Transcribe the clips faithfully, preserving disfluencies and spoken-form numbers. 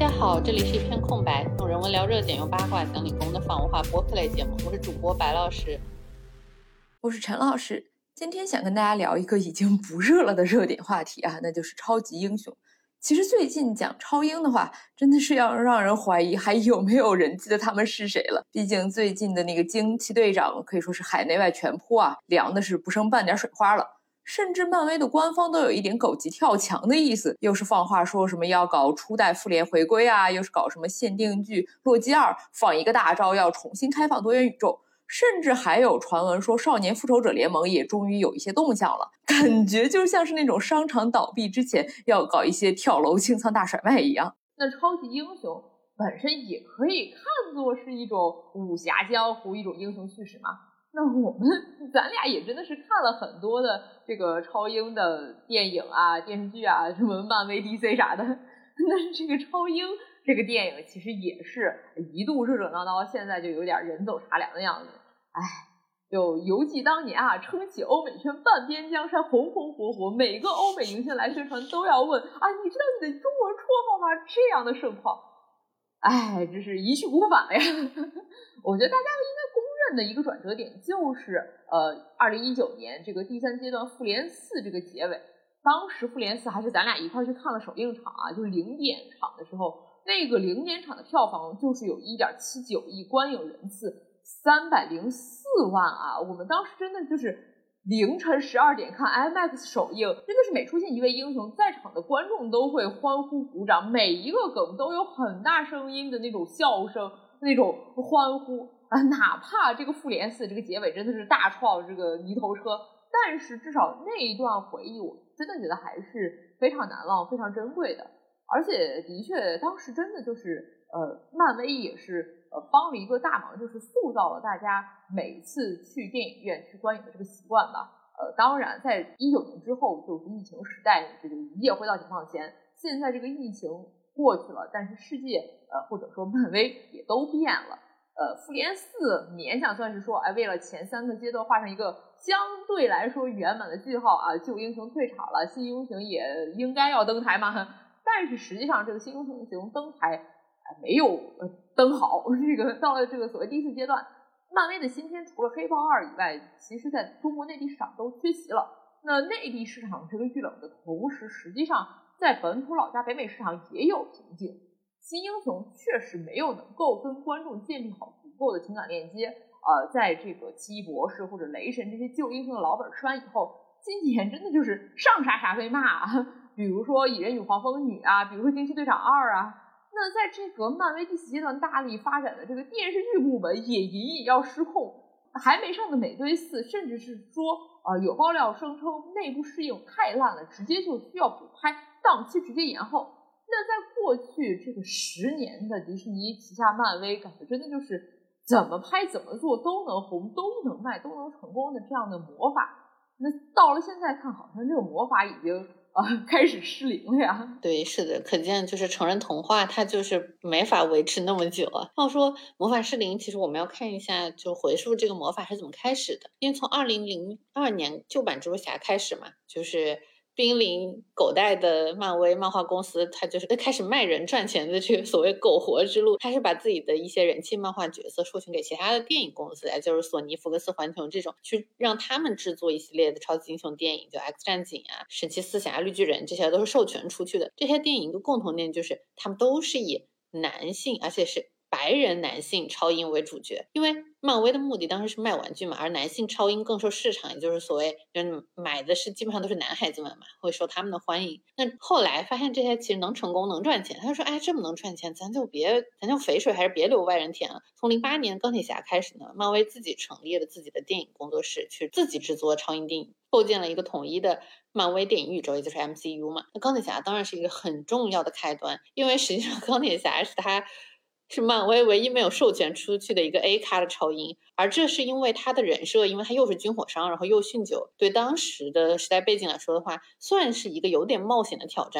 家好，这里是一片空白，用人文聊热点，用八卦讲理工的访问化播客类节目。我是主播白老师， 我是陈老师。今天想跟大家聊一个已经不热了的热点话题啊，那就是超级英雄。其实最近讲超英的话，真的是要让人怀疑还有没有人记得他们是谁了。毕竟最近的那个惊奇队长可以说是海内外全扑啊，凉的是不剩半点水花了。甚至漫威的官方都有一点狗急跳墙的意思，又是放话说什么要搞初代复联回归啊，又是搞什么限定剧洛基二放一个大招要重新开放多元宇宙，甚至还有传闻说少年复仇者联盟也终于有一些动向了，感觉就像是那种商场倒闭之前要搞一些跳楼清仓大甩卖一样。 那超级英雄本身也可以看作是一种武侠江湖，一种英雄叙事嘛。那我们咱俩也真的是看了很多的这个超英的电影啊、电视剧啊，什么漫威 D C 啥的。那这个超英这个电影其实也是一度热热闹闹，现在就有点人走茶凉的样子。哎，就犹记当年啊，撑起欧美圈半边江山，红红火火，每个欧美明星来宣传都要问啊，你知道你的中文绰号吗？这样的盛况，哎，真是一去不复返了呀。我觉得大家应该公认的一个转折点就是呃二零一九年这个第三阶段复联四这个结尾。当时复联四还是咱俩一块去看了首映场啊，就是零点场的时候，那个零点场的票房就是有 一点七九亿观影人次，三百零四万啊！我们当时真的就是凌晨十二点看 IMAX 首映，真的是每出现一位英雄，在场的观众都会欢呼鼓掌，每一个梗都有很大声音的那种笑声，那种欢呼啊！哪怕这个复联四这个结尾真的是大创这个泥头车，但是至少那一段回忆，我真的觉得还是非常难忘、非常珍贵的。而且的确，当时真的就是呃，漫威也是呃帮了一个大忙，就是塑造了大家每次去电影院去观影的这个习惯吧。呃，当然，在一九年之后就是疫情时代，这就一夜回到解放前。现在这个疫情过去了，但是世界呃或者说漫威也都变了。呃，复联四勉强算是说，哎，为了前三个阶段画上一个相对来说圆满的句号啊，旧英雄退场了，新英雄也应该要登台嘛。但是实际上，这个新英雄登台，哎，没有呃登好。这个到了这个所谓第四阶段，漫威的新片除了黑豹二以外，其实在中国内地市场都缺席了。那内地市场这个遇冷的同时，实际上在本土老家北美市场也有瓶颈。新英雄确实没有能够跟观众建立好足够的情感链接。呃，在这个奇异博士或者雷神这些旧英雄的老本吃完以后，今年真的就是上杀杀被骂啊。比如说蚁人与黄蜂女啊，比如说惊奇队长二啊。那在这个漫威第四阶段大力发展的这个电视剧部门也隐隐要失控，还没上的美队四，甚至是说呃有爆料声称内部适应太烂了，直接就需要补拍，档期直接延后。那在过去这个十年的迪士尼旗下漫威，感觉真的就是怎么拍怎么做都能红，都能卖，都能成功的这样的魔法。那到了现在看，好像这个魔法已经呃开始失灵了呀。 对，是的，可见就是成人童话它就是没法维持那么久啊。要说魔法失灵，其实我们要看一下，就回溯这个魔法是怎么开始的。因为从二零零二年旧版蜘蛛侠开始嘛，就是濒临狗带的漫威漫画公司，它就是开始卖人赚钱的这个所谓苟活之路，它是把自己的一些人气漫画角色授权给其他的电影公司，就是索尼、福克斯、环球这种，去让他们制作一系列的超级英雄电影，就 X 战警啊、神奇四侠、绿巨人，这些都是授权出去的。这些电影一个共同点就是他们都是以男性，而且是白人男性超英为主角。因为漫威的目的当时是卖玩具嘛，而男性超英更受市场，也就是所谓人买的是基本上都是男孩子们嘛，会受他们的欢迎。那后来发现这些其实能成功能赚钱，他就说哎，这么能赚钱，咱就别咱就肥水还是别留外人田了。从零八年钢铁侠开始呢，漫威自己成立了自己的电影工作室，去自己制作超英电影，构建了一个统一的漫威电影宇宙，也就是 M C U 嘛。那钢铁侠当然是一个很重要的开端，因为实际上钢铁侠是他是漫威唯一没有授权出去的一个 A 咖的超英，而这是因为他的人设，因为他又是军火商，然后又酗酒，对当时的时代背景来说的话，算是一个有点冒险的挑战。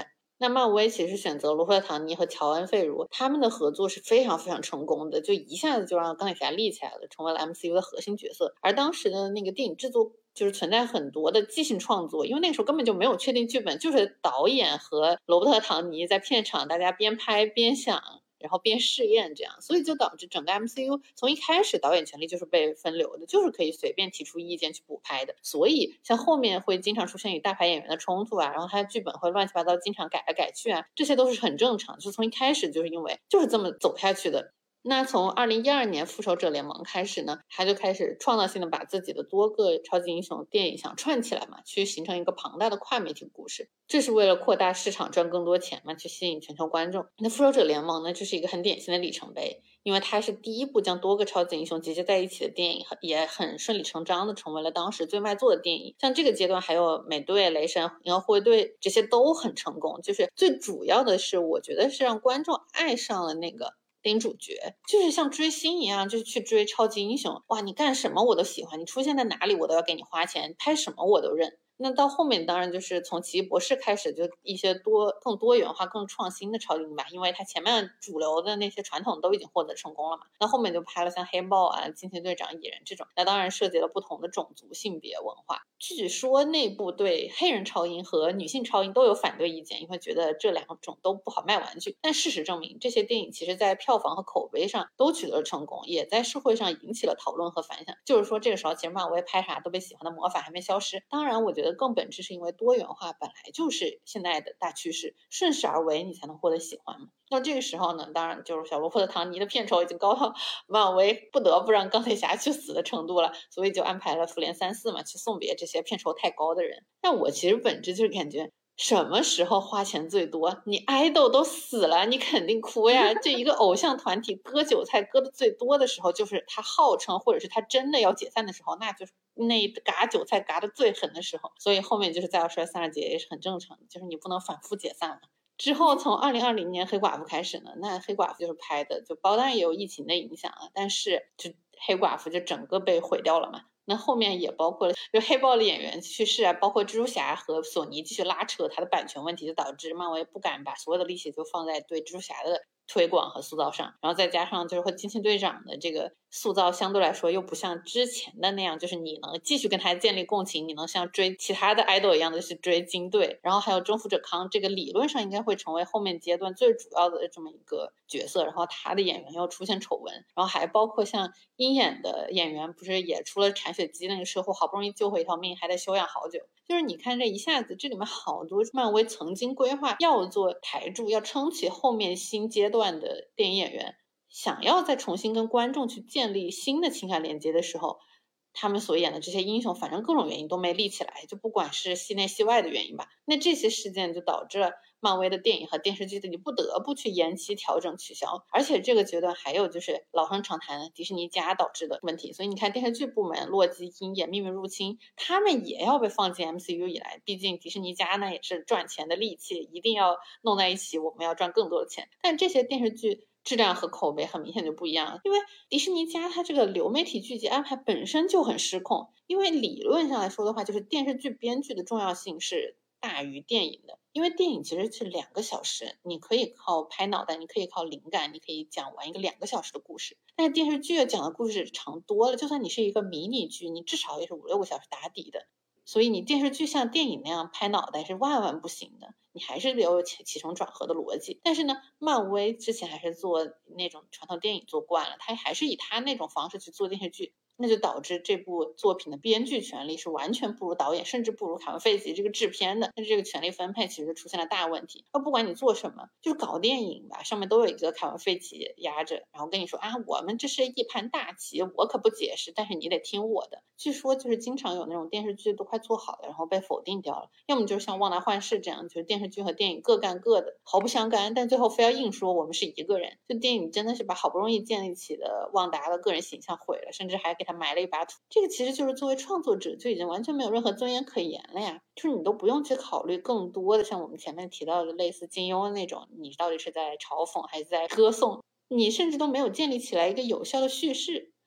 那漫威其实选择罗伯特·唐尼和乔恩·费如，他们的合作是非常非常成功的，就一下子就让钢铁侠立起来了，成为了 M C U 的核心角色。而当时的那个电影制作就是存在很多的即兴创作，因为那个时候根本就没有确定剧本，就是导演和罗伯特·唐尼在片场大家边拍边想，然后边试验这样，所以就导致整个 M C U 从一开始导演权力就是被分流的，就是可以随便提出意见去补拍的。所以像后面会经常出现与大牌演员的冲突啊，然后他的剧本会乱七八糟经常改来改去啊，这些都是很正常，就从一开始就是因为就是这么走下去的。那从二零一二年复仇者联盟开始呢，他就开始创造性的把自己的多个超级英雄电影想串起来嘛，去形成一个庞大的跨媒体故事，这是为了扩大市场赚更多钱嘛，去吸引全球观众。那复仇者联盟呢，就是一个很典型的里程碑，因为它是第一部将多个超级英雄集结在一起的电影，也很顺理成章的成为了当时最卖座的电影。像这个阶段还有美队、雷神、银河护卫队，这些都很成功，就是最主要的是我觉得是让观众爱上了那个丁主角，就是像追星一样，就是去追超级英雄。哇，你干什么我都喜欢，你出现在哪里我都要给你花钱，拍什么我都认。那到后面当然就是从奇异博士开始，就一些多更多元化更创新的超级英雄吧，因为他前面主流的那些传统都已经获得成功了嘛。那后面就拍了像黑豹啊、惊奇队长、蚁人这种，那当然涉及了不同的种族、性别、文化。据说内部对黑人超英和女性超英都有反对意见，因为觉得这两种都不好卖玩具。但事实证明，这些电影其实在票房和口碑上都取得了成功，也在社会上引起了讨论和反响。就是说这个时候其实漫威拍啥都被喜欢的魔法还没消失。当然我觉得更本质是因为多元化本来就是现在的大趋势，顺势而为你才能获得喜欢嘛。到这个时候呢，当然就是小罗伯特·唐尼的片酬已经高到漫威不得不让钢铁侠去死的程度了，所以就安排了复联三四嘛，去送别这些片酬太高的人。但我其实本质就是感觉什么时候花钱最多？你爱豆都死了，你肯定哭呀。这一个偶像团体割韭菜割的最多的时候，就是他号称或者是他真的要解散的时候，那就是那一嘎韭菜嘎的最狠的时候。所以后面就是再要摔三十节也是很正常的，就是你不能反复解散了。之后从二零二零年黑寡妇开始呢，那黑寡妇就是拍的就包当然也有疫情的影响啊，但是就黑寡妇就整个被毁掉了嘛。那后面也包括了就黑豹的演员去世啊，包括蜘蛛侠和索尼继续拉扯它的版权问题，就导致漫威不敢把所有的力气就放在对蜘蛛侠的推广和塑造上，然后再加上就是和惊奇队长的这个塑造相对来说又不像之前的那样，就是你能继续跟他建立共情，你能像追其他的 idol 一样的去追金队，然后还有征服者康，这个理论上应该会成为后面阶段最主要的这么一个角色，然后他的演员又出现丑闻，然后还包括像鹰眼的演员不是也出了产血机那个车祸，好不容易救回一条命，还得休养好久。就是你看这一下子，这里面好多漫威曾经规划要做台柱，要撑起后面新阶段的电影演员，想要再重新跟观众去建立新的情感连接的时候，他们所演的这些英雄，反正各种原因都没立起来，就不管是戏内戏外的原因吧。那这些事件就导致了漫威的电影和电视剧自己不得不去延期、调整、取消，而且这个阶段还有就是老生常谈的迪士尼加导致的问题。所以你看电视剧部门，洛基、鹰眼、秘密入侵，他们也要被放进 M C U 以来，毕竟迪士尼加呢也是赚钱的利器，一定要弄在一起，我们要赚更多的钱。但这些电视剧质量和口碑很明显就不一样，因为迪士尼加它这个流媒体剧集安排本身就很失控。因为理论上来说的话，就是电视剧编剧的重要性是大于电影的，因为电影其实是两个小时，你可以靠拍脑袋，你可以靠灵感，你可以讲完一个两个小时的故事。但是电视剧讲的故事长多了，就算你是一个迷你剧，你至少也是五六个小时打底的。所以你电视剧像电影那样拍脑袋是万万不行的，你还是得有起起承转合的逻辑。但是呢，漫威之前还是做那种传统电影做惯了，他还是以他那种方式去做电视剧，那就导致这部作品的编剧权力是完全不如导演，甚至不如凯文·费奇这个制片的。那这个权力分配其实就出现了大问题。那不管你做什么，就是搞电影吧，上面都有一个凯文·费奇压着，然后跟你说啊，我们这是一盘大棋，我可不解释，但是你得听我的。据说就是经常有那种电视剧都快做好了，然后被否定掉了，要么就是像《旺达幻视》这样，就是电视剧和电影各干各的，毫不相干，但最后非要硬说我们是一个人。就电影真的是把好不容易建立起的旺达的个人形象毁了，甚至还给他埋了一把土。这个其实就是作为创作者就已经完全没有任何尊严可言了呀，就是你都不用去考虑更多的像我们前面提到的类似金庸那种，你到底是在嘲讽还是在歌颂，你甚至都没有建立起来一个有效的叙事。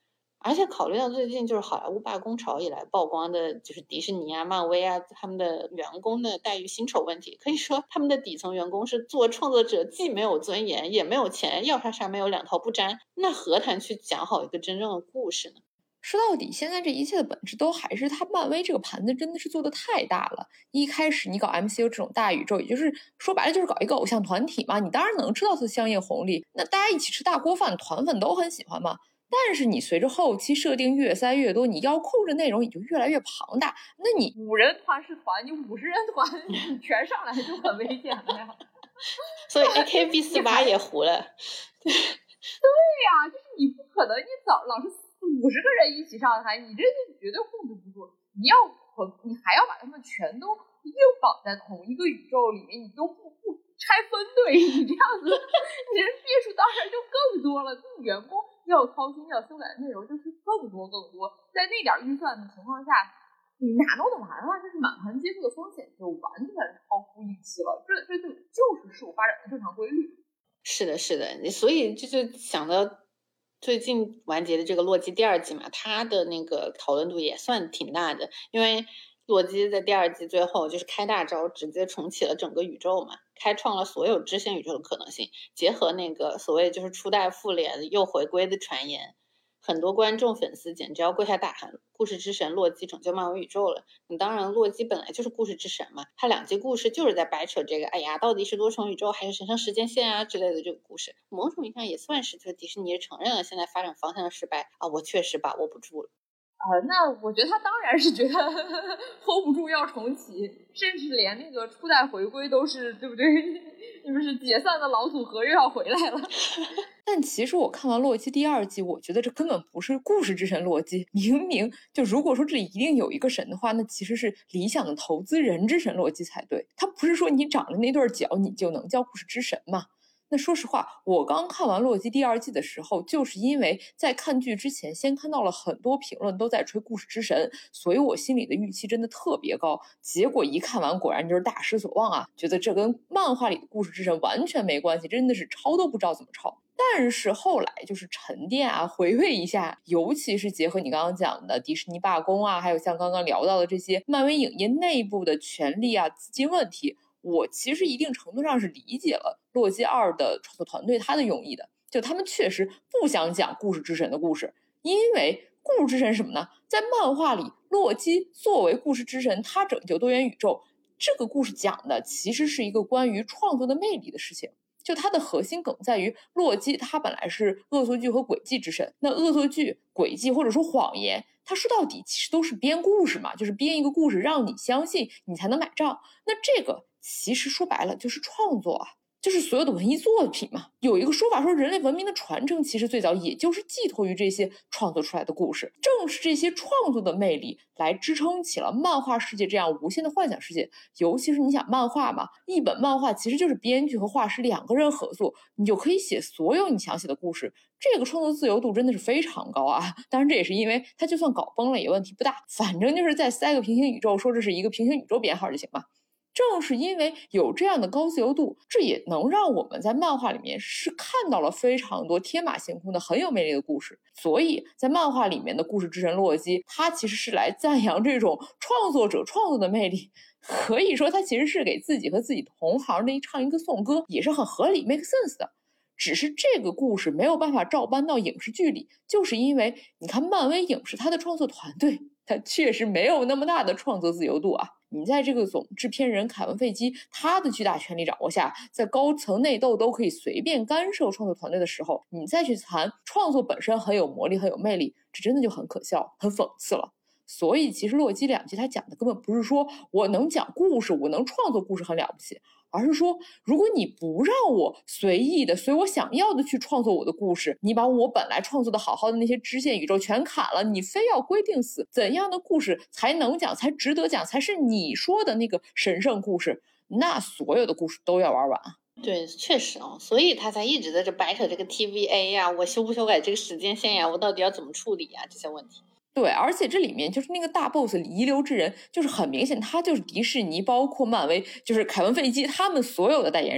而且考虑到最近就是好莱坞罢工潮以来曝光的，就是迪士尼啊、漫威啊他们的员工的待遇薪酬问题，可以说他们的底层员工是做创作者既没有尊严也没有钱，要啥啥没有两套不沾，那何谈去讲好一个真正的故事呢？ 说到底，现在这一切的本质都还是他漫威这个盘子真的是做的太大了。一开始你搞 M C U 这种大宇宙，也就是说白了就是搞一个偶像团体嘛，你当然能吃到它的商业红利，那大家一起吃大锅饭，团粉都很喜欢嘛。但是你随着后期设定越塞越多，你要控制内容也就越来越庞大，那你五人团是团，你五十人团你全上来就很危险了呀。 所以 A K B 四十八也糊了。 对呀，就是你不可能你早老是五十个人一起上台，你这绝对控制不住。你要你还要把他们全都硬绑在同一个宇宙里面，你都不不拆分队，你这样子，你这变数当然就更多了。你员工要操心要修改的内容就是更多更多，在那点预算的情况下，你哪弄得完啊？这是满盘皆输的风险，就完全超乎预期了。这这就就是事物发展的正常规律。 是的，是的，所以就是想到最近完结的这个洛基第二季嘛，它的那个讨论度也算挺大的，因为洛基在第二季最后就是开大招，直接重启了整个宇宙嘛，开创了所有支线宇宙的可能性，结合那个所谓就是初代复联又回归的传言，很多观众粉丝简直要跪下大喊故事之神洛基拯救漫威宇宙了。你当然洛基本来就是故事之神嘛，他两季故事就是在掰扯这个哎呀到底是多重宇宙还是神圣时间线啊之类的这个故事，某种意义上也算是就是迪士尼承认了现在发展方向的失败啊，我确实把握不住了。 呃，那我觉得他当然是觉得hold 不住要重启，甚至连那个初代回归都是，对不对？是不是解散的老组合又要回来了？ 但其实我看完洛基第二季，我觉得这根本不是故事之神洛基，明明就如果说这里一定有一个神的话，那其实是理想的投资人之神洛基才对。他不是说你长了那对脚你就能叫故事之神嘛？那说实话，我刚看完洛基第二季的时候，就是因为在看剧之前先看到了很多评论都在吹故事之神，所以我心里的预期真的特别高。结果一看完，果然就是大失所望啊！觉得这跟漫画里的故事之神完全没关系，真的是抄都不知道怎么抄。但是后来就是沉淀啊，回味一下，尤其是结合你刚刚讲的迪士尼罢工啊，还有像刚刚聊到的这些漫威影业内部的权力啊、资金问题，我其实一定程度上是理解了洛基二的创作团队他的用意的，就他们确实不想讲故事之神的故事，因为故事之神是什么呢？在漫画里，洛基作为故事之神，他拯救多元宇宙，这个故事讲的其实是一个关于创作的魅力的事情。就它的核心梗在于洛基他本来是恶作剧和诡计之神，那恶作剧、诡计或者说谎言，它说到底其实都是编故事嘛，就是编一个故事让你相信你才能买账。那这个其实说白了就是创作啊，就是所有的文艺作品嘛。有一个说法说人类文明的传承其实最早也就是寄托于这些创作出来的故事，正是这些创作的魅力来支撑起了漫画世界这样无限的幻想世界。尤其是你想漫画嘛，一本漫画其实就是编剧和画师两个人合作，你就可以写所有你想写的故事，这个创作自由度真的是非常高啊。当然这也是因为它就算搞崩了也问题不大，反正就是再塞个平行宇宙，说这是一个平行宇宙编号就行嘛。正是因为有这样的高自由度，这也能让我们在漫画里面是看到了非常多天马行空的很有魅力的故事。所以在漫画里面的故事之神洛基，他其实是来赞扬这种创作者创作的魅力，可以说他其实是给自己和自己同行的唱一个颂歌，也是很合理 make sense 的。只是这个故事没有办法照搬到影视剧里，就是因为你看漫威影视它的创作团队，它确实没有那么大的创作自由度啊。你在这个总制片人凯文·费基他的巨大权力掌握下，在高层内斗都可以随便干涉创作团队的时候，你再去谈创作本身很有魔力很有魅力，这真的就很可笑很讽刺了。所以其实洛基两集他讲的根本不是说我能讲故事我能创作故事很了不起，而是说如果你不让我随意的随我想要的去创作我的故事，你把我本来创作的好好的那些支线宇宙全砍了，你非要规定死怎样的故事才能讲才值得讲才是你说的那个神圣故事，那所有的故事都要玩完。 对，确实哦，所以他才一直在这掰扯这个 T V A 呀、啊，我修不修改这个时间线呀、啊，我到底要怎么处理呀、啊、这些问题。 对，而且这里面就是那个大 boss 遗留之人，就是很明显他就是迪士尼包括漫威就是凯文·费基他们所有的代言人，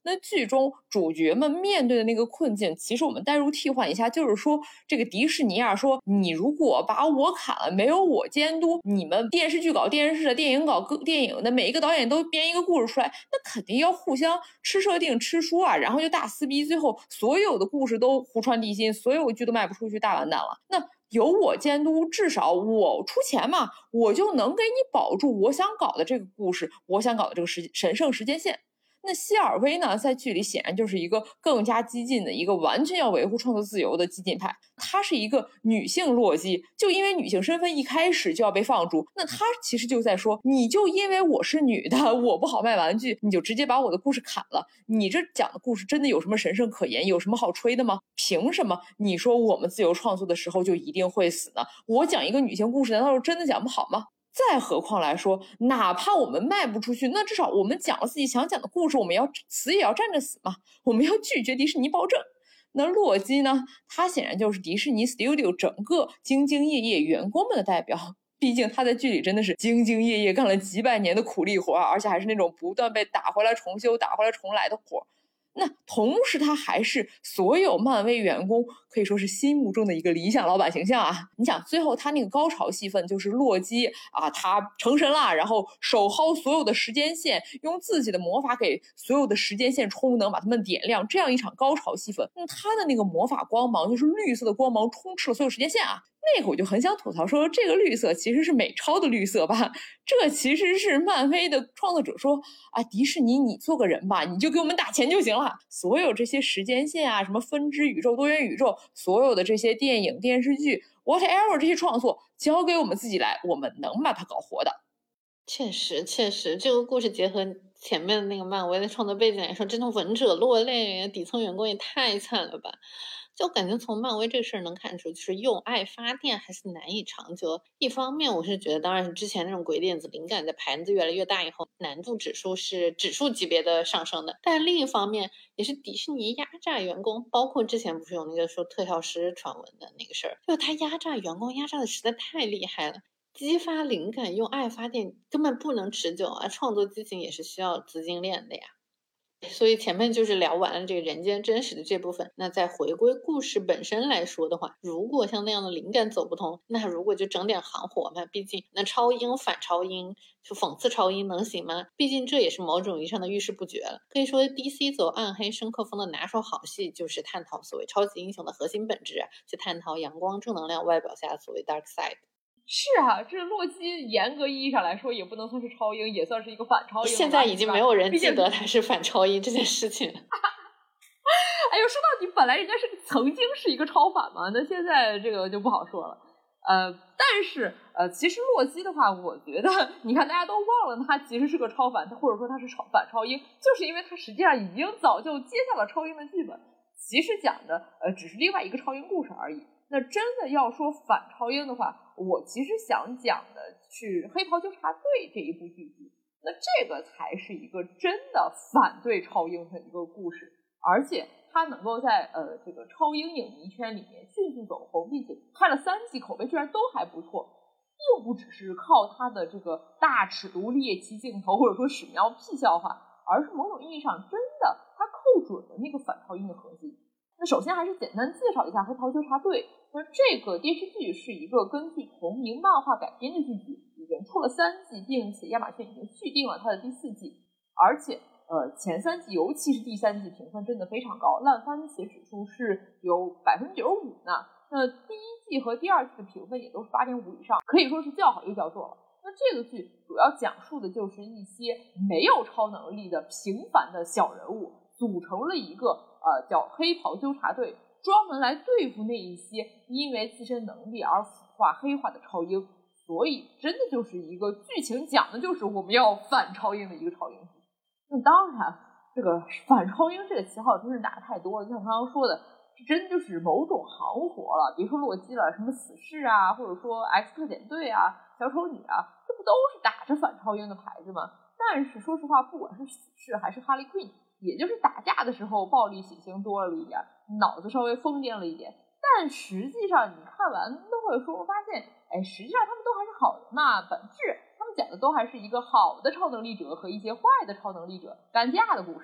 那剧中主角们面对的那个困境，其实我们代入替换一下，就是说这个迪士尼啊，说你如果把我砍了，没有我监督，你们电视剧搞电视的，电影搞电影的，每一个导演都编一个故事出来，那肯定要互相吃设定吃书啊，然后就大撕逼，最后所有的故事都胡穿地心，所有剧都卖不出去，大完蛋了。那有我监督，至少我出钱嘛，我就能给你保住我想搞的这个故事，我想搞的这个时神圣时间线。那希尔薇呢，在剧里显然就是一个更加激进的一个完全要维护创作自由的激进派，她是一个女性洛基，就因为女性身份一开始就要被放逐，那她其实就在说，你就因为我是女的，我不好卖玩具，你就直接把我的故事砍了，你这讲的故事真的有什么神圣可言，有什么好吹的吗？凭什么你说我们自由创作的时候就一定会死呢？我讲一个女性故事难道是真的讲不好吗？再何况来说，哪怕我们卖不出去，那至少我们讲了自己想讲的故事，我们要死也要站着死嘛，我们要拒绝迪士尼暴政。那洛基呢，他显然就是迪士尼 Studio 整个兢兢业业员工们的代表，毕竟他在剧里真的是兢兢业业干了几百年的苦力活，而且还是那种不断被打回来重修打回来重来的活。那同时他还是所有漫威员工可以说是心目中的一个理想老板形象啊！你想最后他那个高潮戏份就是洛基啊，他成神了，然后手薅所有的时间线，用自己的魔法给所有的时间线充能，把它们点亮，这样一场高潮戏份，那他的那个魔法光芒就是绿色的光芒充斥了所有时间线啊！那个我就很想吐槽说，这个绿色其实是美超的绿色吧，这其实是漫威的创作者说啊，迪士尼你做个人吧，你就给我们打钱就行了，所有这些时间线啊，什么分支宇宙多元宇宙，所有的这些电影电视剧 whatever 这些创作交给我们自己来，我们能把它搞活的。 确实确实，这个故事结合前面的那个漫威的创作背景来说，真的闻者落泪，底层员工也太惨了吧。就感觉从漫威这事儿能看出，就是用爱发电还是难以长久。一方面我是觉得，当然是之前那种鬼点子灵感的盘子越来越大以后，难度指数是指数级别的上升的，但另一方面也是迪士尼压榨员工，包括之前不是有那个说特效师传闻的那个事儿，就他压榨员工压榨的实在太厉害了，激发灵感用爱发电根本不能持久啊，创作激情也是需要资金链的呀。所以前面就是聊完了这个人间真实的这部分，那再回归故事本身来说的话，如果像那样的灵感走不通，那如果就整点行活嘛，毕竟那超英反超英，就讽刺超英能行吗？毕竟这也是某种意义上的遇事不决了。可以说 D C 走暗黑深刻风的拿手好戏，就是探讨所谓超级英雄的核心本质啊，去探讨阳光正能量外表下所谓 dark side。 是啊，这洛基严格意义上来说也不能算是超英，也算是一个反超英。 现在已经没有人记得他是反超英这件事情。 哎呦，说到底，本来人家是曾经是一个超反嘛，那现在这个就不好说了。呃，但是呃，其实洛基的话，我觉得你看大家都忘了他其实是个超反，或者说他是超反超英，就是因为他实际上已经早就接下了超英的剧本，其实讲的呃只是另外一个超英故事而已。那真的要说反超英的话，我其实想讲的是《黑袍纠察队》这一部剧集，那这个才是一个真的反对超英的一个故事，而且它能够在呃这个超英影迷圈里面迅速走红，并且拍了三季，口碑居然都还不错，并不只是靠它的这个大尺度猎奇镜头或者说屎尿屁笑话，而是某种意义上真的它扣准了那个反超英的核心。那首先还是简单介绍一下《黑袍纠察队》。那这个电视剧是一个根据同名漫画改编的剧集，已经出了三季，并且亚马逊已经续订了它的第四季。而且，呃，前三季尤其是第三季评分真的非常高，烂番茄指数是有百分之九十五呢。那第一季和第二季的评分也都是八点五以上，可以说是叫好又叫座了。那这个剧主要讲述的就是一些没有超能力的平凡的小人物，组成了一个呃叫黑袍纠察队，专门来对付那一些因为自身能力而腐化黑化的超英。所以真的就是一个剧情讲的就是我们要反超英的一个超英剧。那当然这个反超英这个旗号真是打得太多了，就像刚刚说的，这真就是某种行活了，别说洛基了，什么死侍啊，或者说 X 特遣队啊，小丑女啊，这不都是打着反超英的牌子吗？但是说实话，不管是死侍还是哈利 Queen， 也就是打架的时候暴力血腥多了一点，脑子稍微疯癫了一点，但实际上你看完都会说发现，哎，实际上他们都还是好人嘛，本质他们讲的都还是一个好的超能力者和一些坏的超能力者干架的故事。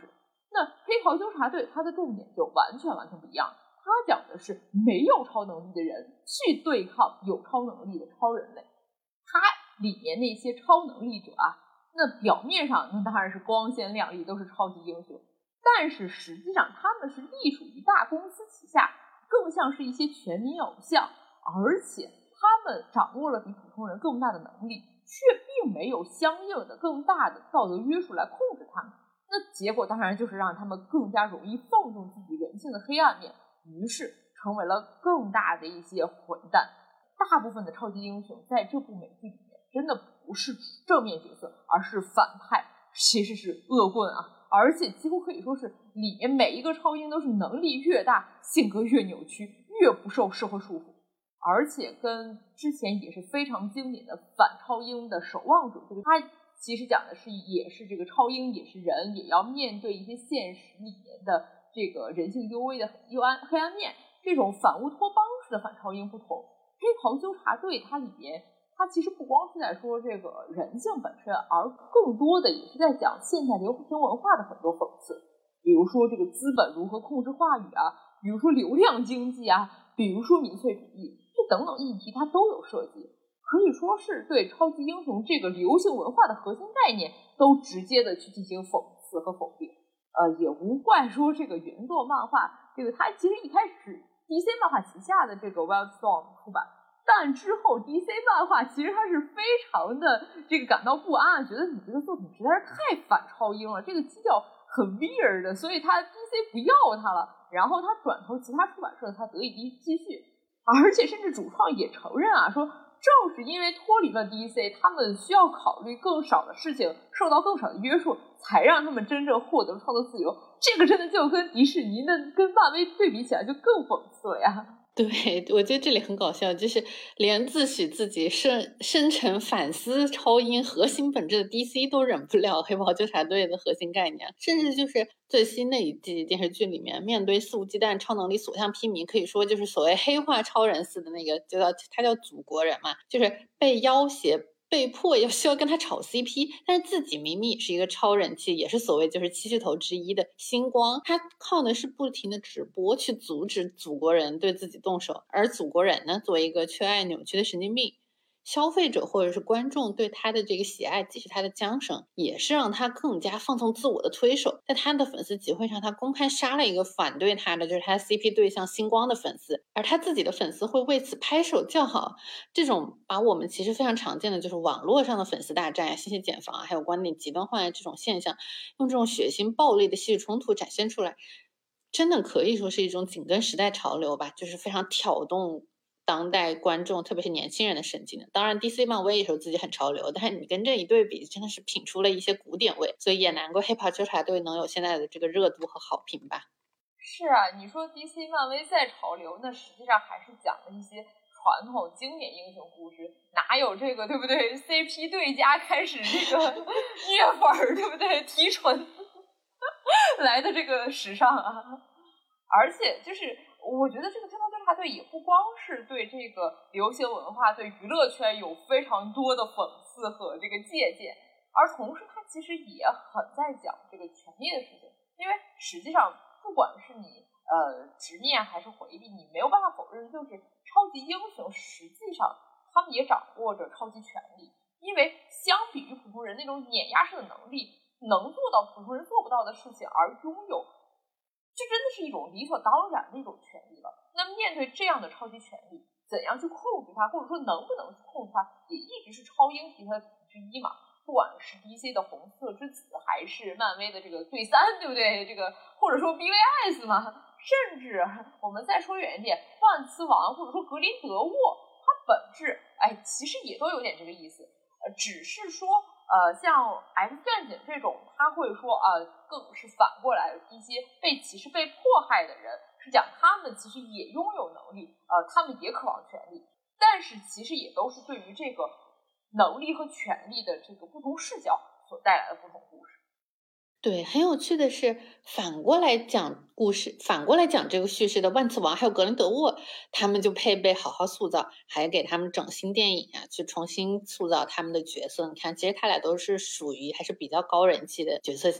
那黑袍纠察队它的重点就完全完全不一样，它讲的是没有超能力的人去对抗有超能力的超人类。它里面那些超能力者啊，那表面上那当然是光鲜亮丽，都是超级英雄，但是实际上他们是隶属于大公司旗下，更像是一些全民偶像，而且他们掌握了比普通人更大的能力，却并没有相应的更大的道德约束来控制他们。那结果当然就是让他们更加容易放纵自己人性的黑暗面，于是成为了更大的一些混蛋。大部分的超级英雄在这部美剧里面真的不是正面角色，而是反派，其实是恶棍啊！而且几乎可以说是里面每一个超英都是能力越大，性格越扭曲，越不受社会束缚。而且跟之前也是非常经典的反超英的守望者，这个他其实讲的是也是这个超英也是人，也要面对一些现实里面的这个人性幽微的幽暗黑暗面。这种反乌托邦式的反超英不同，黑袍纠察队它里面它其实不光是在说这个人性本身，而更多的也是在讲现代流行文化的很多讽刺，比如说这个资本如何控制话语啊，比如说流量经济啊，比如说民粹主义，这等等议题它都有涉及，可以说是对超级英雄这个流行文化的核心概念都直接的去进行讽刺和否定。呃，也无怪说这个原作漫画，这个它其实一开始 D C 漫画旗下的这个 Wildstorm 出版，但之后 D C 漫画其实它是非常的这个感到不安，觉得你这个作品实在是太反超英了，这个基调很 weird 的，所以他 D C 不要他了，然后他转投其他出版社，他得以继续，而且甚至主创也承认啊，说正是因为脱离了 D C， 他们需要考虑更少的事情，受到更少的约束，才让他们真正获得创作自由。这个真的就跟迪士尼的跟漫威对比起来就更讽刺了呀。 对，我觉得这里很搞笑，就是连自诩自己深深沉反思超英核心本质的 D C 都忍不了黑袍纠察队的核心概念，甚至就是最新那一季电视剧里面，面对肆无忌惮超能力所向披靡，可以说就是所谓黑化超人似的那个，就叫他叫祖国人嘛，就是被要挟。被迫要需要跟他炒 C P， 但是自己明明也是一个超人气，也是所谓就是七巨头之一的星光，他靠的是不停的直播去阻止祖国人对自己动手，而祖国人呢，作为一个缺爱扭曲的神经病，消费者或者是观众对他的这个喜爱，即使他的缰绳，也是让他更加放纵自我的推手。在他的粉丝集会上，他公开杀了一个反对他的，就是他 C P 对象星光的粉丝，而他自己的粉丝会为此拍手叫好。这种把我们其实非常常见的就是网络上的粉丝大战啊、信息茧房啊，还有观点极端化的这种现象，用这种血腥暴力的戏剧冲突展现出来，真的可以说是一种紧跟时代潮流吧，就是非常挑动当代观众，特别是年轻人的神经的。当然 D C 漫威也是自己很潮流，但是你跟这一对比，真的是品出了一些古典味，所以也难怪黑袍纠察队能有现在的这个热度和好评吧。 是啊，你说 D C 漫威再潮流，那实际上还是讲了一些传统经典英雄故事，哪有这个对不对 C P 对家开始这个虐粉对不对提纯来的这个时尚啊。而且就是我觉得这个黑袍纠察队也不光是对这个流行文化对娱乐圈有非常多的讽刺和这个借鉴，而同时它其实也很在讲这个权力的事情。因为实际上不管是你呃执念还是回避，你没有办法否认，就是超级英雄实际上他们也掌握着超级权力，因为相比于普通人那种碾压式的能力，能做到普通人做不到的事情而拥有，这真的是一种理所当然的一种权利了。那面对这样的超级权利，怎样去控制它，或者说能不能去控制它，也一直是超英题材之一嘛。不管是 D C 的红色之子，还是漫威的这个对三，对不对？这个或者说 B V S 嘛，甚至我们再说远一点，万磁王或者说格林德沃，它本质哎其实也都有点这个意思，呃，只是说呃像 X 战警这种，他会说啊、呃，更是反过来一些被歧视、被迫害的人，是讲他们其实也拥有能力，呃，他们也渴望权利，但是其实也都是对于这个能力和权力的这个不同视角所带来的不同故事。 对，很有趣的是，反过来讲故事，反过来讲这个叙事的万磁王还有格林德沃，他们就配备好好塑造，还给他们整新电影啊，去重新塑造他们的角色。你看，其实他俩都是属于还是比较高人气的角色形象。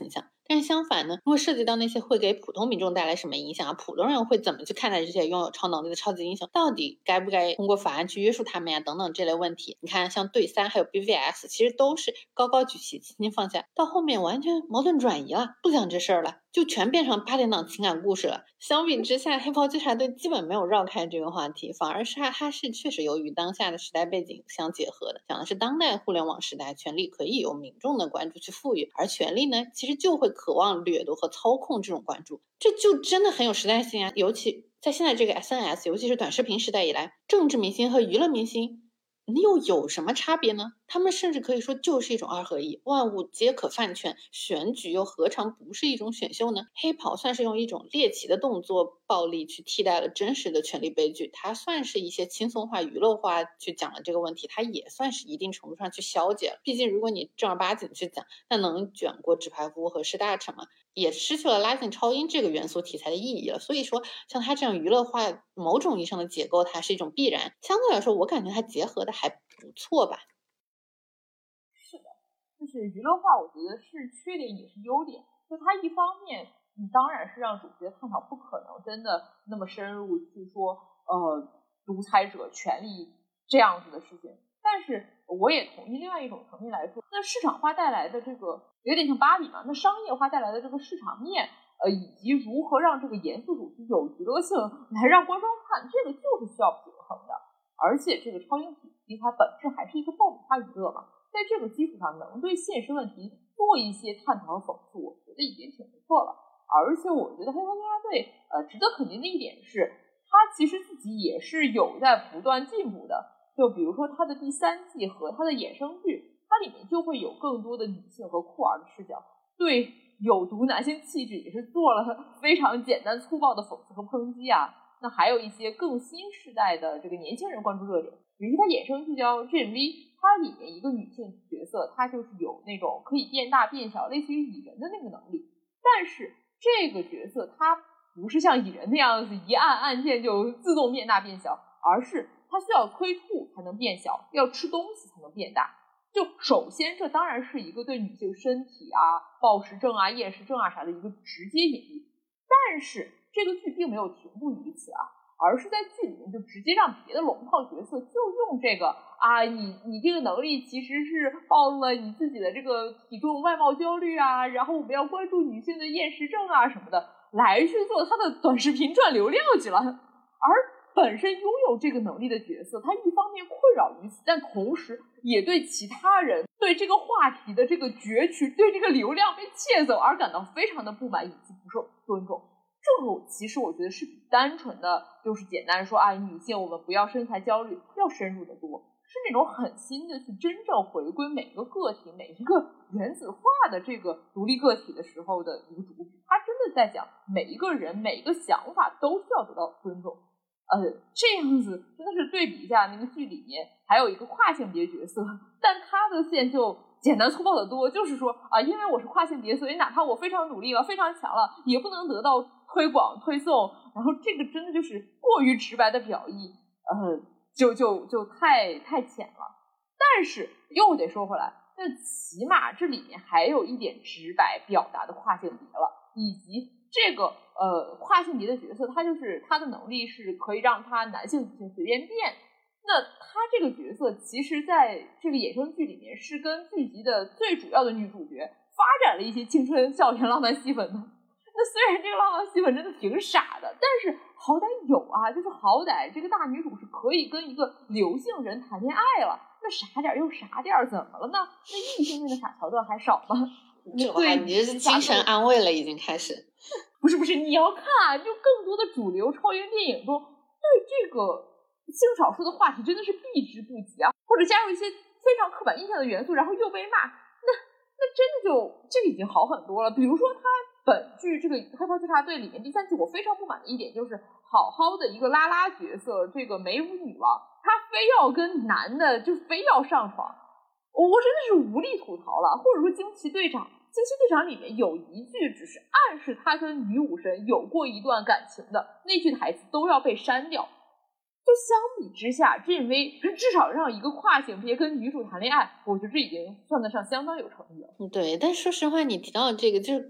但是相反呢，如果涉及到那些会给普通民众带来什么影响啊，普通人会怎么去看待这些拥有超能力的超级英雄，到底该不该通过法案去约束他们呀等等这类问题，你看像对三还有 B V X 其实都是高高举起轻轻放下，到后面完全矛盾转移了，不讲这事儿了，就全变成八点档情感故事了。相比之下，黑袍纠察队基本没有绕开这个话题，反而是它它是确实由于当下的时代背景相结合的，讲的是当代互联网时代权力可以由民众的关注去赋予，而权力呢其实就会渴望掠夺和操控这种关注，这就真的很有时代性啊。尤其在现在这个 S N S 尤其是短视频时代以来，政治明星和娱乐明星你又有什么差别呢？他们甚至可以说就是一种二合一，万物皆可饭圈，选举又何尝不是一种选秀呢？黑袍算是用一种猎奇的动作暴力去替代了真实的权力悲剧，它算是一些轻松化娱乐化去讲了这个问题，它也算是一定程度上去消解了。毕竟如果你正儿八经去讲，那能卷过纸牌屋和是大臣吗？也失去了拉近超英这个元素题材的意义了。所以说像它这样娱乐化某种意义上的解构，它是一种必然，相对来说我感觉它结合的还不错吧。 是的，就是娱乐化我觉得是缺点也是优点，就它一方面你当然是让主角探讨不可能真的那么深入去说呃独裁者权力这样子的事情，但是我也同意另外一种层面来说，那市场化带来的这个有点像芭比嘛，那商业化带来的这个市场面呃，以及如何让这个严肃主题有娱乐性来让观众看，这个就是需要平衡的。而且这个超英主题它本质还是一个爆米花娱乐嘛，在这个基础上能对现实问题做一些探讨和讽刺，我觉得已经挺不错了。而且我觉得黑袍纠察队呃值得肯定的一点是，它其实自己也是有在不断进步的。就比如说它的第三季和它的衍生剧，它里面就会有更多的女性和酷儿的视角，对有毒男性气质也是做了非常简单粗暴的讽刺和抨击啊。那还有一些更新世代的这个年轻人关注热点，比如它衍生剧叫 G M V， 它里面一个女性角色，她就是有那种可以变大变小，类似于蚁人的那个能力，但是这个角色它不是像蚁人那样子一按按键就自动变大变小，而是它需要催吐才能变小，要吃东西才能变大。就首先这当然是一个对女性身体啊、暴食症啊、厌食症啊啥的一个直接隐喻，但是这个剧并没有停步于此啊，而是在剧里面就直接让别的龙套角色就用这个啊，你你这个能力其实是暴露了你自己的这个体重外貌焦虑啊，然后我们要关注女性的厌食症啊什么的，来去做他的短视频赚流量去了。而本身拥有这个能力的角色，他一方面困扰于此，但同时也对其他人对这个话题的这个攫取，对这个流量被窃走而感到非常的不满以及不受尊重。这个其实我觉得是比单纯的就是简单说啊，女性我们不要身材焦虑要深入的多，是那种狠心的去真正回归每个个体每一个原子化的这个独立个体的时候的一个主旨。他真的在讲每一个人每一个想法都需要得到尊重。呃，这样子真的是对比一下那个剧里面还有一个跨性别角色，但他的线就简单粗暴的多，就是说啊，因为我是跨性别，所以哪怕我非常努力了非常强了，也不能得到推广推送，然后这个真的就是过于直白的表意，呃，就就就太太浅了。但是又得说回来，那起码这里面还有一点直白表达的跨性别了，以及这个呃跨性别的角色，他就是他的能力是可以让他男性女性随便变。那他这个角色其实在这个衍生剧里面是跟剧集的最主要的女主角发展了一些青春校园浪漫戏粉的。那虽然这个浪漫戏粉真的挺傻的，但是好歹有啊，就是好歹这个大女主是可以跟一个刘姓人谈恋爱了，那傻点又傻点，怎么了呢？那异性恋的傻桥段还少吗？ 这还你这是精神安慰了，已经开始。 不是不是，你要看就更多的主流超英电影中对这个性少数的话题真的是避之不及啊，或者加入一些非常刻板印象的元素，然后又被骂，那那真的就这个已经好很多了。比如说他本剧这个黑袍纠察队里面第三季我非常不满的一点就是好好的一个拉拉角色，这个美舞女王，她非要跟男的就非要上床，我我真的是无力吐槽了。或者说惊奇队长惊奇队长里面有一句只是暗示他跟女武神有过一段感情的那句台词都要被删掉。就相比之下 G M V 至少让一个跨性别跟女主谈恋爱，我觉得这已经算得上相当有诚意了。 对，但说实话你提到这个就是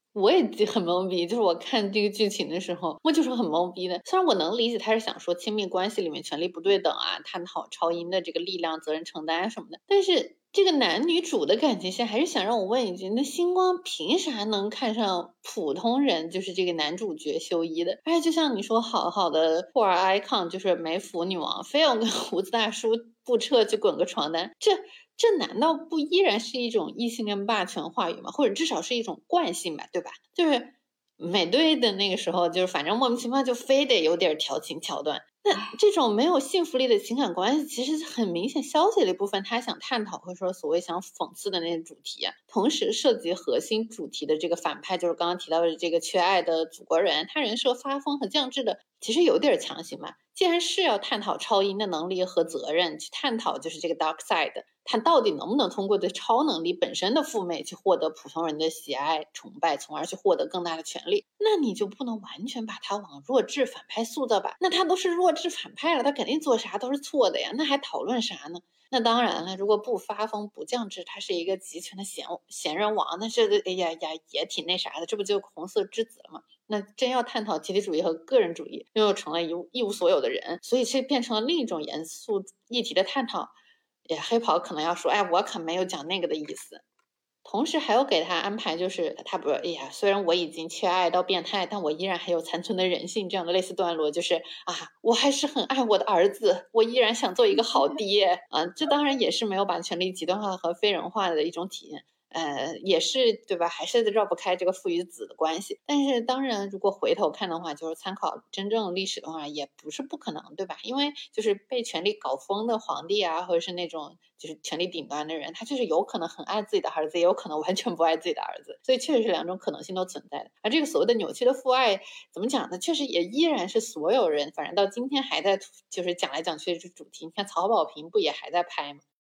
我也很懵逼，就是我看这个剧情的时候，我就是很懵逼的。虽然我能理解他是想说亲密关系里面权力不对等啊，探讨超英的这个力量、责任承担什么的，但是这个男女主的感情线还是想让我问一句：那星光凭啥能看上普通人，就是这个男主角修一的？而且就像你说，好好的霍尔 icon 就是梅芙女王，非要跟胡子大叔不撤去滚个床单，这。这难道不依然是一种异性恋霸权话语吗？或者至少是一种惯性吧，对吧？就是美队的那个时候，就是反正莫名其妙就非得有点调情桥段。那这种没有信服力的情感关系，其实很明显消解了一部分他想探讨或者说所谓想讽刺的那个主题啊。同时涉及核心主题的这个反派，就是刚刚提到的这个缺爱的祖国人，他人设发疯和降智的，其实有点强行嘛。既然是要探讨超英的能力和责任，去探讨就是这个 dark side， 他到底能不能通过对超能力本身的附媚去获得普通人的喜爱崇拜，从而去获得更大的权利？那你就不能完全把他往弱智反派塑造吧？那他都是弱智反派了，他肯定做啥都是错的呀，那还讨论啥呢？那当然了，如果不发疯不降智，他是一个集权的贤贤人王，那这个哎呀呀也挺那啥的，这不就红色之子了吗？那真要探讨集体主义和个人主义，又成了一一无所有的人，所以这变成了另一种严肃议题的探讨。也黑袍可能要说，哎，我可没有讲那个的意思。同时还要给他安排，就是他不是，哎呀，虽然我已经缺爱到变态，但我依然还有残存的人性，这样的类似段落，就是啊，我还是很爱我的儿子，我依然想做一个好爹啊，这当然也是没有把权力极端化和非人化的一种体验。呃，也是对吧？还是绕不开这个父与子的关系。但是当然，如果回头看的话，就是参考真正历史的话，也不是不可能，对吧？因为就是被权力搞疯的皇帝啊，或者是那种就是权力顶端的人，他就是有可能很爱自己的儿子，也有可能完全不爱自己的儿子。所以确实是两种可能性都存在的。而这个所谓的扭曲的父爱，怎么讲呢？确实也依然是所有人，反正到今天还在就是讲来讲去的这主题。你看曹保平不也还在拍吗？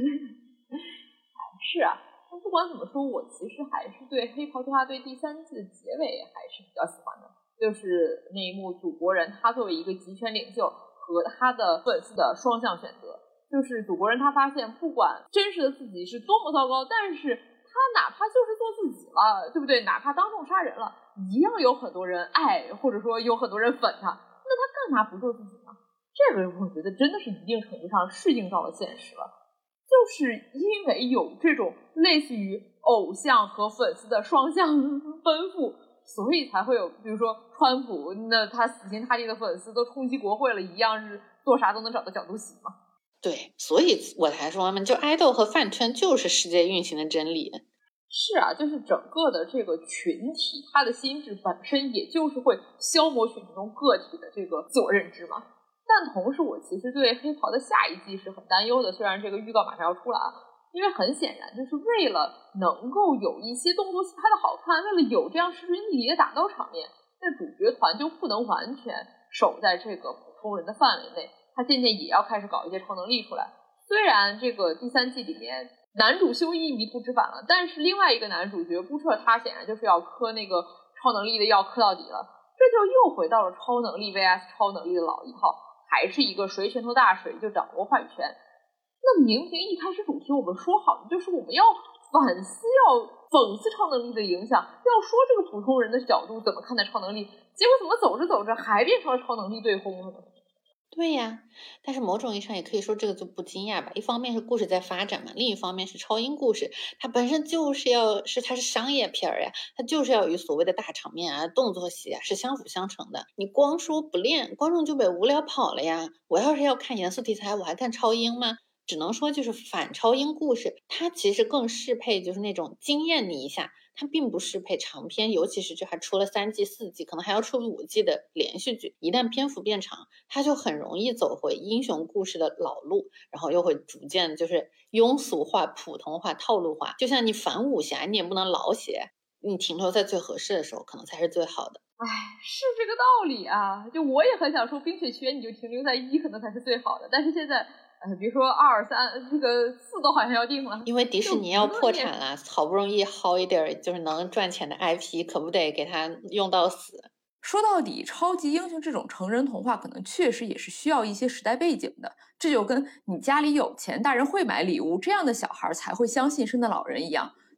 是啊。不管怎么说，我其实还是对《黑袍纠察队》第三季的结尾还是比较喜欢的，就是那一幕祖国人他作为一个集权领袖和他的粉丝的双向选择。就是祖国人他发现，不管真实的自己是多么糟糕，但是他哪怕就是做自己了，对不对？哪怕当众杀人了，一样有很多人爱，或者说有很多人粉他，那他干嘛不做自己呢？这个我觉得真的是一定程度上适应到了现实了。就是因为有这种类似于偶像和粉丝的双向奔赴，所以才会有比如说川普，那他死心塌地的粉丝都冲击国会了，一样是做啥都能找到角度洗嘛。 对，所以我才说嘛，就爱豆和饭圈就是世界运行的真理。 是啊，就是整个的这个群体，他的心智本身也就是会消磨群体中个体的这个自我认知嘛。但同时我其实对黑袍的下一季是很担忧的，虽然这个预告马上要出来了，因为很显然就是为了能够有一些动作戏拍的好看，为了有这样势均力敌的打斗场面，那主角团就不能完全守在这个普通人的范围内，他渐渐也要开始搞一些超能力出来。虽然这个第三季里面男主修一迷途知返了，但是另外一个男主角布彻他显然就是要磕那个超能力的药磕到底了，这就又回到了超能力 V S 超能力的老一套，还是一个谁拳头大谁就掌握话语权。那明明一开始主题我们说好的就是我们要反思，要讽刺超能力的影响，要说这个普通人的角度怎么看待超能力，结果怎么走着走着还变成了超能力对轰了呢？ 对呀，但是某种意义上也可以说这个就不惊讶吧。一方面是故事在发展嘛，另一方面是超英故事，它本身就是要是它是商业片呀，它就是要与所谓的大场面啊、动作戏啊是相辅相成的。你光说不练，观众就被无聊跑了呀。我要是要看严肃题材，我还看超英吗？只能说就是反超英故事，它其实更适配就是那种惊艳你一下。它并不适配长篇，尤其是这还出了三季四季，可能还要出五季的连续剧。一旦篇幅变长，它就很容易走回英雄故事的老路，然后又会逐渐就是庸俗化、普通化、套路化。就像你反武侠，你也不能老写，你停留在最合适的时候，可能才是最好的。 哎，是这个道理啊！就我也很想说，冰雪奇缘你就停留在一，可能才是最好的。但是现在。呃，比如说二三，这个四都好像要定了， 因为迪士尼要破产了，好不容易薅一点就是能赚钱的 I P， 可不得给它用到死。 说到底，超级英雄这种成人童话可能确实也是需要一些时代背景的，这就跟你家里有钱，大人会买礼物，这样的小孩才会相信圣诞老人一样。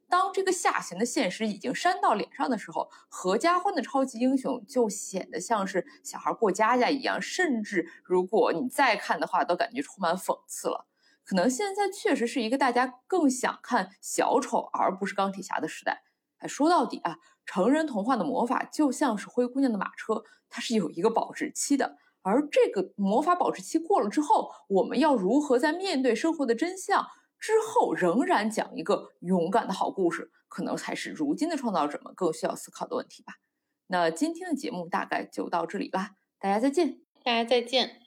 当这个下行的现实已经扇到脸上的时候，合家欢的超级英雄就显得像是小孩过家家一样，甚至如果你再看的话，都感觉充满讽刺了。可能现在确实是一个大家更想看小丑而不是钢铁侠的时代。哎，说到底啊，成人童话的魔法就像是灰姑娘的马车，它是有一个保质期的。而这个魔法保质期过了之后，我们要如何在面对生活的真相之后仍然讲一个勇敢的好故事，可能才是如今的创造者们更需要思考的问题吧。那今天的节目大概就到这里啦，大家再见。 大家再见。